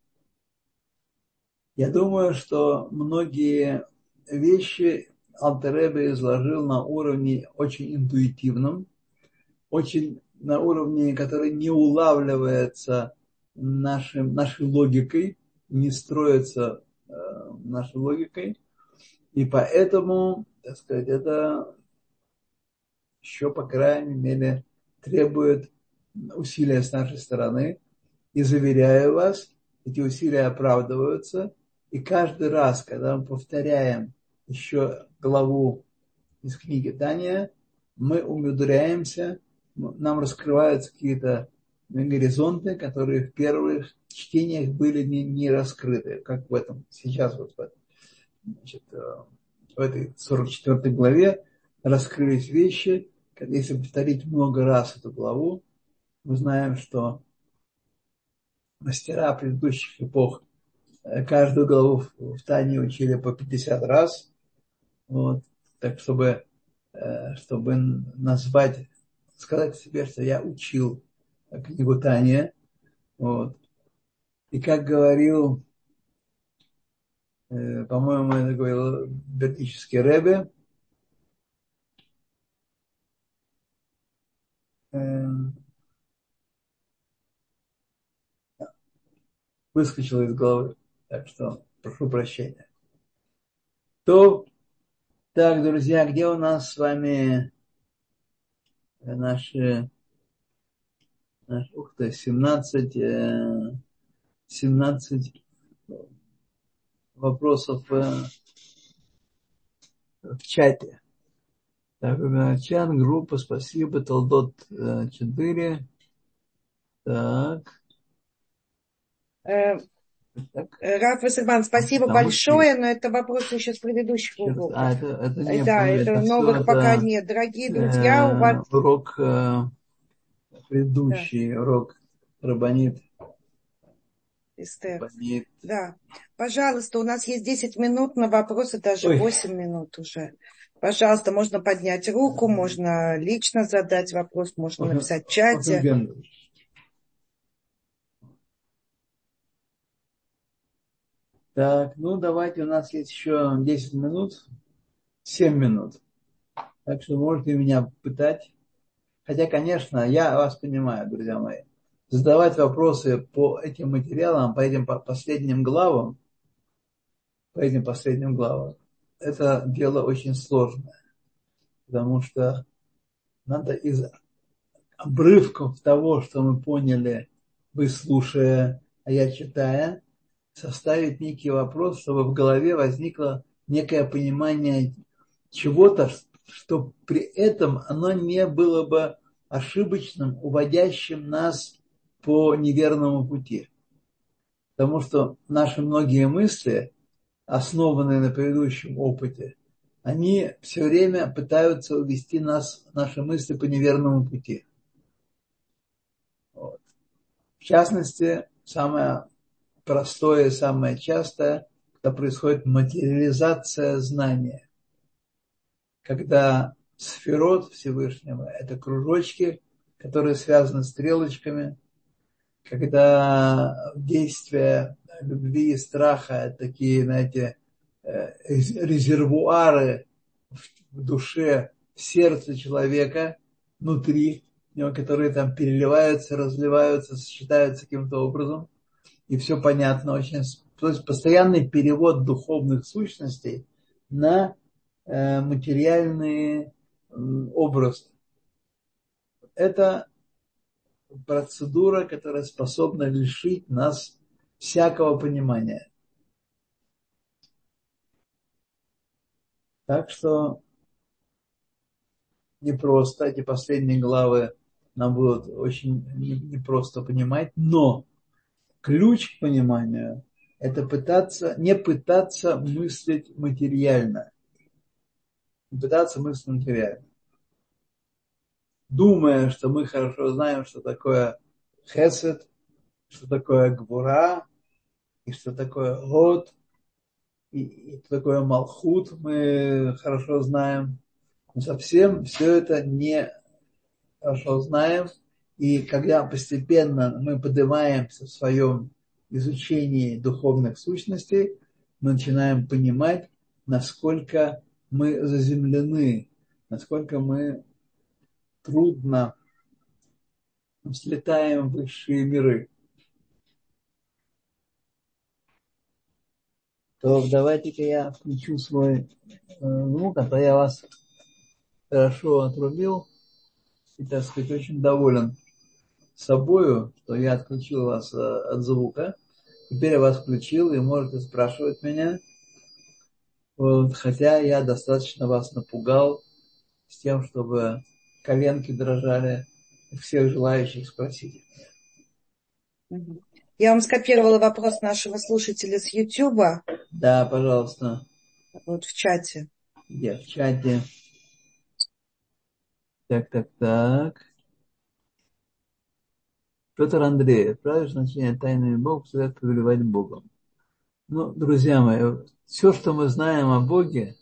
Я думаю, что многие вещи Алтер Ребе изложил на уровне очень интуитивном, очень на уровне, который не улавливается нашей логикой, не строится нашей логикой. И поэтому, так сказать, это еще, по крайней мере, требует усилия с нашей стороны. И заверяю вас, эти усилия оправдываются. И каждый раз, когда мы повторяем еще главу из книги Таня, мы умудряемся, нам раскрываются какие-то горизонты, которые в первых чтениях были не раскрыты, как в этом, сейчас вот в этом. Значит, в этой 44 главе раскрылись вещи, если повторить много раз эту главу, мы знаем, что мастера предыдущих эпох каждую главу в Тане учили по 50 раз. Вот. Так, чтобы назвать, сказать себе, что я учил книгу Таня. Вот. И как говорил, по-моему, это говорил Бердический Ребе, выскочил из головы. Так что прошу прощения. То, так, друзья, где у нас с вами наши 17 вопросов в чате. Так, чат, группа, спасибо, Толдот 4. Так. Раф Вассерман, спасибо большое, но это вопросы еще с предыдущих уроков. Это не да, это новых пока нет. Дорогие друзья, у вас... Урок предыдущий, урок Рабанит. Эстер. Да. Пожалуйста, у нас есть 10 минут на вопросы, даже 8 минут уже. Пожалуйста, можно поднять руку, можно лично задать вопрос, можно написать в чате. Так, ну давайте, у нас есть еще 10 минут, 7 минут. Так что можете меня пытать. Хотя, конечно, я вас понимаю, друзья мои. Задавать вопросы по этим материалам, по этим последним главам, это дело очень сложное. Потому что надо из обрывков того, что мы поняли, вы слушая, а я читая, составить некий вопрос, чтобы в голове возникло некое понимание чего-то, что при этом оно не было бы ошибочным, уводящим нас по неверному пути. Потому что наши многие мысли, основанные на предыдущем опыте, они все время пытаются увести нас, наши мысли по неверному пути. Вот. В частности, самое простое, самое частое, когда происходит материализация знания. Когда сферот Всевышнего – это кружочки, которые связаны стрелочками, когда действия любви и страха – такие, знаете, резервуары в душе, в сердце человека, внутри него, которые там переливаются, разливаются, сочетаются каким-то образом, и все понятно очень. То есть постоянный перевод духовных сущностей на материальные образы. Это процедура, которая способна лишить нас всякого понимания. Так что непросто, эти последние главы нам будут очень непросто понимать, но ключ к пониманию – это не пытаться мыслить материально. Не пытаться мыслить материально. Думая, что мы хорошо знаем, что такое хесед, что такое гвура, и что такое год, и что такое малхут, мы хорошо знаем. Мы совсем все это не хорошо знаем. И когда постепенно мы поднимаемся в своем изучении духовных сущностей, мы начинаем понимать, насколько мы заземлены, насколько мы трудно взлетаем в высшие миры. То давайте-ка я включу свой звук, а то я вас хорошо отрубил и, так сказать, очень доволен собою, что я отключил вас от звука. Теперь я вас включил, и можете спрашивать меня. Вот, хотя я достаточно вас напугал с тем, чтобы коленки дрожали всех желающих спросить. Я вам скопировала вопрос нашего слушателя с Ютуба. Да, пожалуйста. Вот в чате. Где? В чате. Так. Петр Андреев. Правильное значение тайны Бога следует повелевать Богом. Ну, друзья мои, все, что мы знаем о Боге,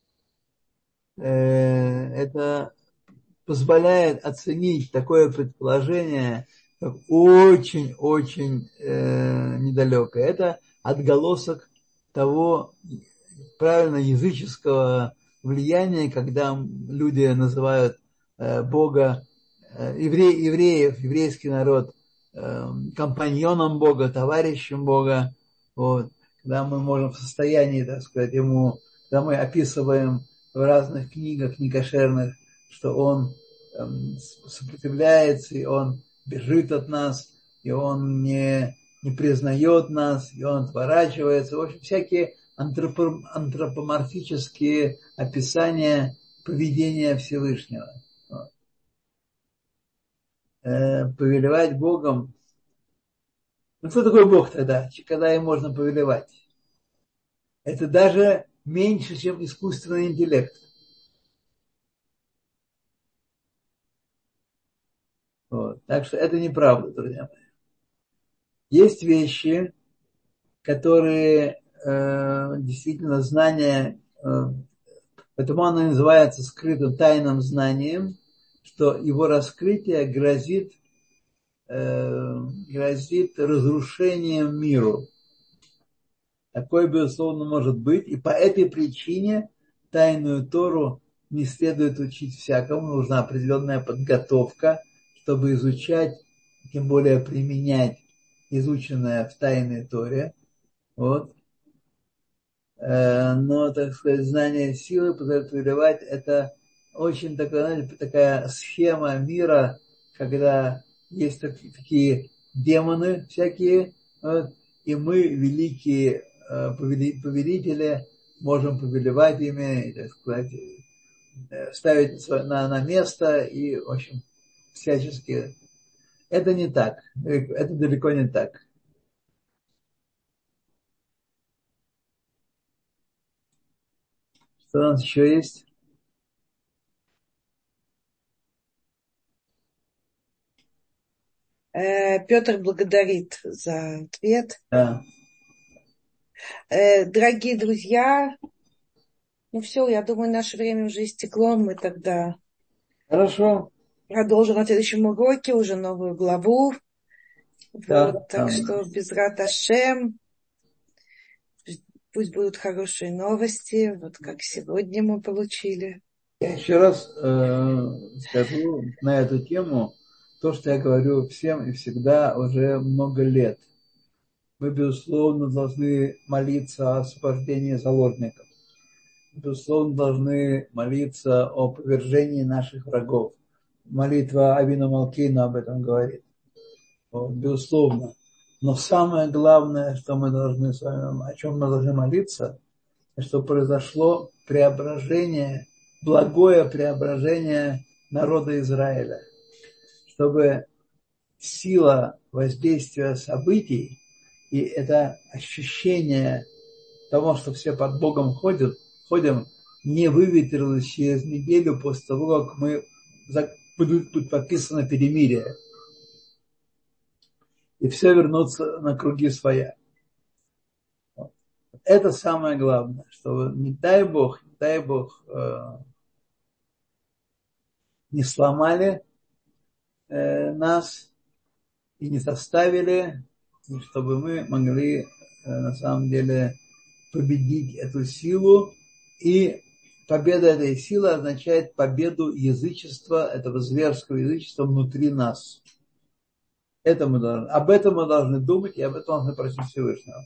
это позволяет оценить такое предположение как очень-очень недалекое. Это отголосок того правильно языческого влияния, когда люди называют Бога, евреев, еврейский народ компаньоном Бога, товарищем Бога. Вот. Когда мы можем в состоянии, так сказать, ему, когда мы описываем в разных книгах некошерных, что он сопротивляется, и он бежит от нас, и он не признает нас, и он отворачивается. В общем, всякие антропоморфические описания поведения Всевышнего. Повелевать Богом. Ну, кто такой Бог тогда, когда им можно повелевать? Это даже меньше, чем искусственный интеллект. Вот. Так что это неправда, друзья мои. Есть вещи, которые действительно знания, поэтому оно называется скрытым тайным знанием, что его раскрытие грозит разрушением миру. Такое, безусловно, может быть. И по этой причине тайную Тору не следует учить всякому. Нужна определенная подготовка, чтобы изучать, тем более применять изученное в тайной Торе. Вот. Но, так сказать, знание силы позволяет повелевать. Это очень такая схема мира, когда есть такие демоны всякие, вот, и мы, великие повелители, можем повелевать ими, так сказать, ставить на место и, в общем, всячески. Это не так. Это далеко не так. Что у нас еще есть? Петр благодарит за ответ. Да. Дорогие друзья, ну все, я думаю, наше время уже истекло. Мы тогда Хорошо. продолжим на следующем уроке уже новую главу. Да. Вот, так что безрат Ашем. Пусть будут хорошие новости, вот как сегодня мы получили. Я еще раз скажу на эту тему то, что я говорю всем и всегда уже много лет. Мы, безусловно, должны молиться о освобождении заложников. Безусловно, должны молиться о повержении наших врагов. Молитва Авину Малкейну об этом говорит. безусловно. Но самое главное, что мы должны с вами, о чем мы должны молиться, что произошло преображение, благое преображение народа Израиля, чтобы сила воздействия событий и это ощущение того, что все под Богом ходим, не выветрилось через неделю после того, как будет подписано перемирие. И все вернутся на круги своя. Это самое главное, что не дай Бог, не сломали нас и не заставили, чтобы мы могли на самом деле победить эту силу. И победа этой силы означает победу язычества, этого зверского язычества внутри нас. Об этом мы должны думать и об этом должны просить Всевышнего.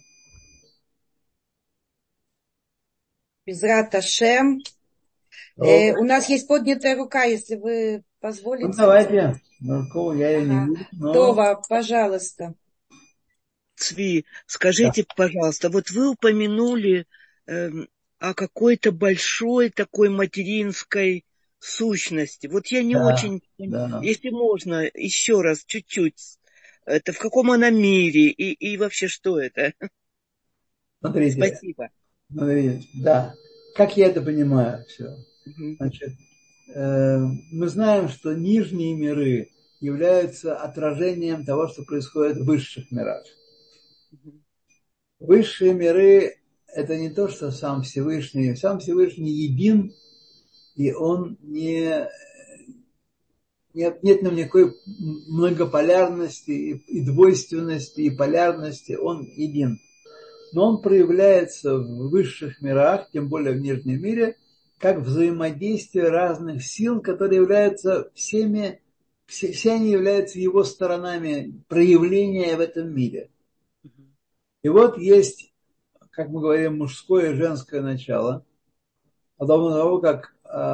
Безрат Ашем. У нас есть поднятая рука, если вы позволите. Ну, давайте. Я ее не вижу. Но... Това, пожалуйста. Цви, скажите, пожалуйста, вот вы упомянули о какой-то большой такой материнской сущности. Вот я не очень... Если можно, еще раз, чуть-чуть. Это в каком она мире и вообще что это? Смотрите. Спасибо. Смотрите, да. Как я это понимаю все? Значит, мы знаем, что нижние миры являются отражением того, что происходит в высших мирах. Высшие миры – это не то, что сам Всевышний. Сам Всевышний един, и он нет в нем никакой многополярности и двойственности, и полярности. Он един. Но он проявляется в высших мирах, тем более в нижнем мире, как взаимодействие разных сил, которые являются все они являются его сторонами проявления в этом мире. И вот есть, как мы говорим, мужское и женское начало, подобно того, как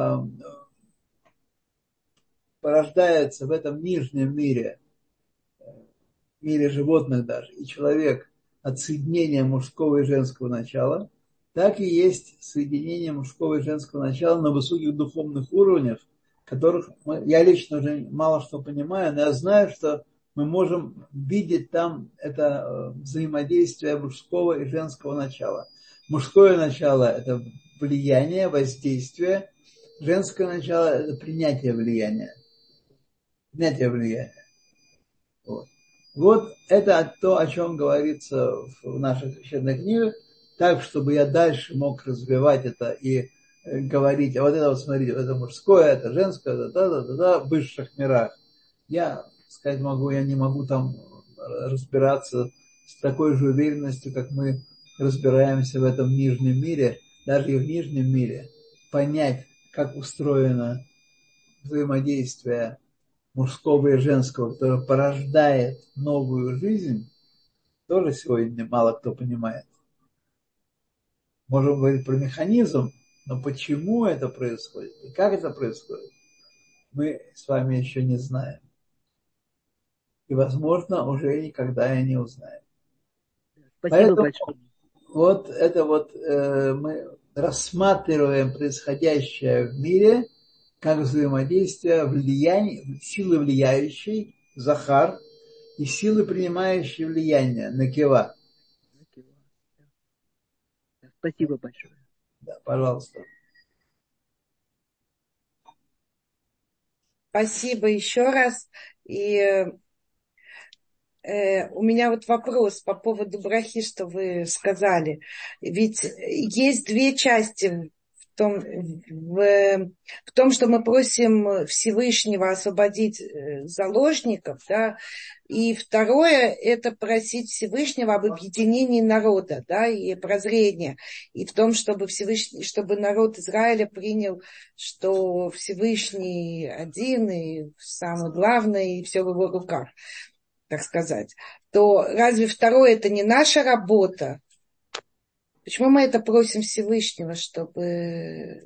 порождается в этом нижнем мире, в мире животных даже, и человек от соединения мужского и женского начала, так и есть соединение мужского и женского начала на высоких духовных уровнях, которых я лично уже мало что понимаю, но я знаю, что мы можем видеть там это взаимодействие мужского и женского начала. Мужское начало – это влияние, воздействие, женское начало – это принятие влияния. Принятие влияния. Вот это то, о чем говорится в наших священных книгах, так, чтобы я дальше мог развивать это и говорить, а вот это вот смотрите, это мужское, это женское, в высших мирах. Я сказать могу, я не могу там разбираться с такой же уверенностью, как мы разбираемся в этом нижнем мире, даже и в нижнем мире, понять, как устроено взаимодействие мужского и женского, которое порождает новую жизнь, тоже сегодня мало кто понимает. Можем говорить про механизм, но почему это происходит и как это происходит, мы с вами еще не знаем. И, возможно, уже никогда и не узнаем. Спасибо большое. Вот это вот мы рассматриваем происходящее в мире как взаимодействие силы влияющей, Захар, и силы, принимающей влияние, Некева. Спасибо большое. Да, пожалуйста. Спасибо еще раз. И у меня вот вопрос по поводу брахи, что вы сказали. Ведь есть две части в том, что мы просим Всевышнего освободить заложников, да, и второе – это просить Всевышнего об объединении народа, да, и прозрения, и в том, чтобы чтобы народ Израиля принял, что Всевышний один и самый главный, и все в его руках, так сказать. То разве второе – это не наша работа? Почему мы это просим Всевышнего, чтобы...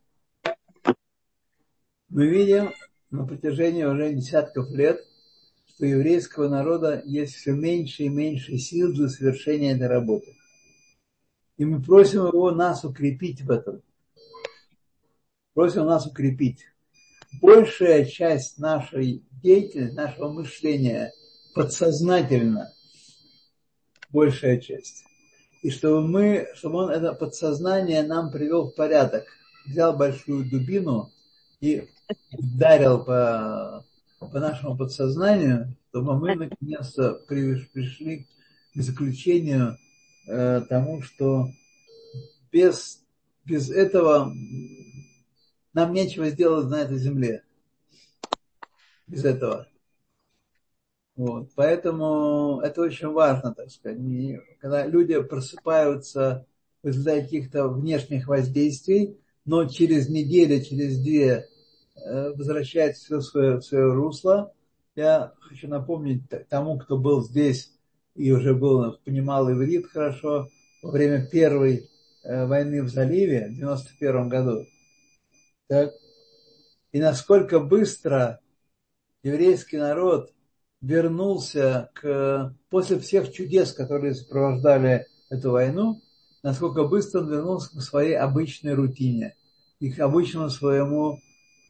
Мы видим на протяжении уже десятков лет, что у еврейского народа есть все меньше и меньше сил для совершения этой работы. И мы просим его нас укрепить в этом. Просим нас укрепить. Большая часть нашей деятельности, нашего мышления подсознательно, большая часть. И чтобы он это подсознание нам привел в порядок. Взял большую дубину и ударил по нашему подсознанию, чтобы мы наконец-то пришли к заключению тому, что без этого нам нечего сделать на этой земле. Без этого. Вот. Поэтому это очень важно, так сказать. Когда люди просыпаются в результате каких-то внешних воздействий, но через неделю, через две возвращается все в свое русло. Я хочу напомнить тому, кто был здесь и уже понимал иврит хорошо, во время первой войны в заливе в 91 году. Так? И насколько быстро еврейский народ вернулся после всех чудес, которые сопровождали эту войну, насколько быстро он вернулся к своей обычной рутине и к обычному своему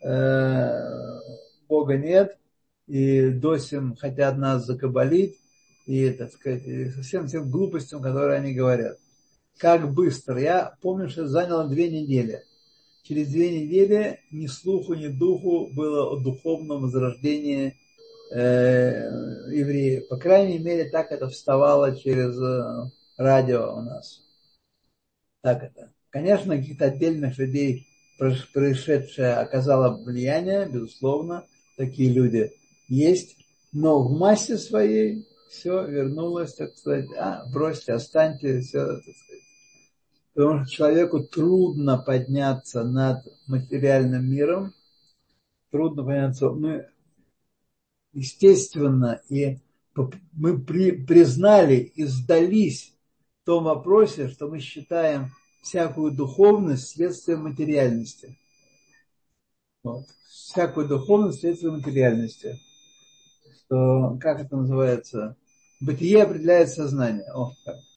Бога нет, и досим хотят нас закабалить, и, так сказать, и совсем тем глупостям, которые они говорят. Как быстро. Я помню, что это заняло 2 недели. Через 2 недели ни слуху, ни духу было о духовном возрождении евреев. По крайней мере, так это вставало через радио у нас. Так это. Конечно, каких-то отдельных людей происшедшее оказало влияние, безусловно, такие люди есть, но в массе своей все вернулось, так сказать, бросьте, останьте, все, так сказать. Потому что человеку трудно подняться над материальным миром, трудно подняться. Мы, естественно, и мы признали и сдались в том вопросе, что мы считаем всякую духовность следствием материальности. Вот. Всякую духовность следствием материальности. Что, как это называется? Бытие определяет сознание. Как.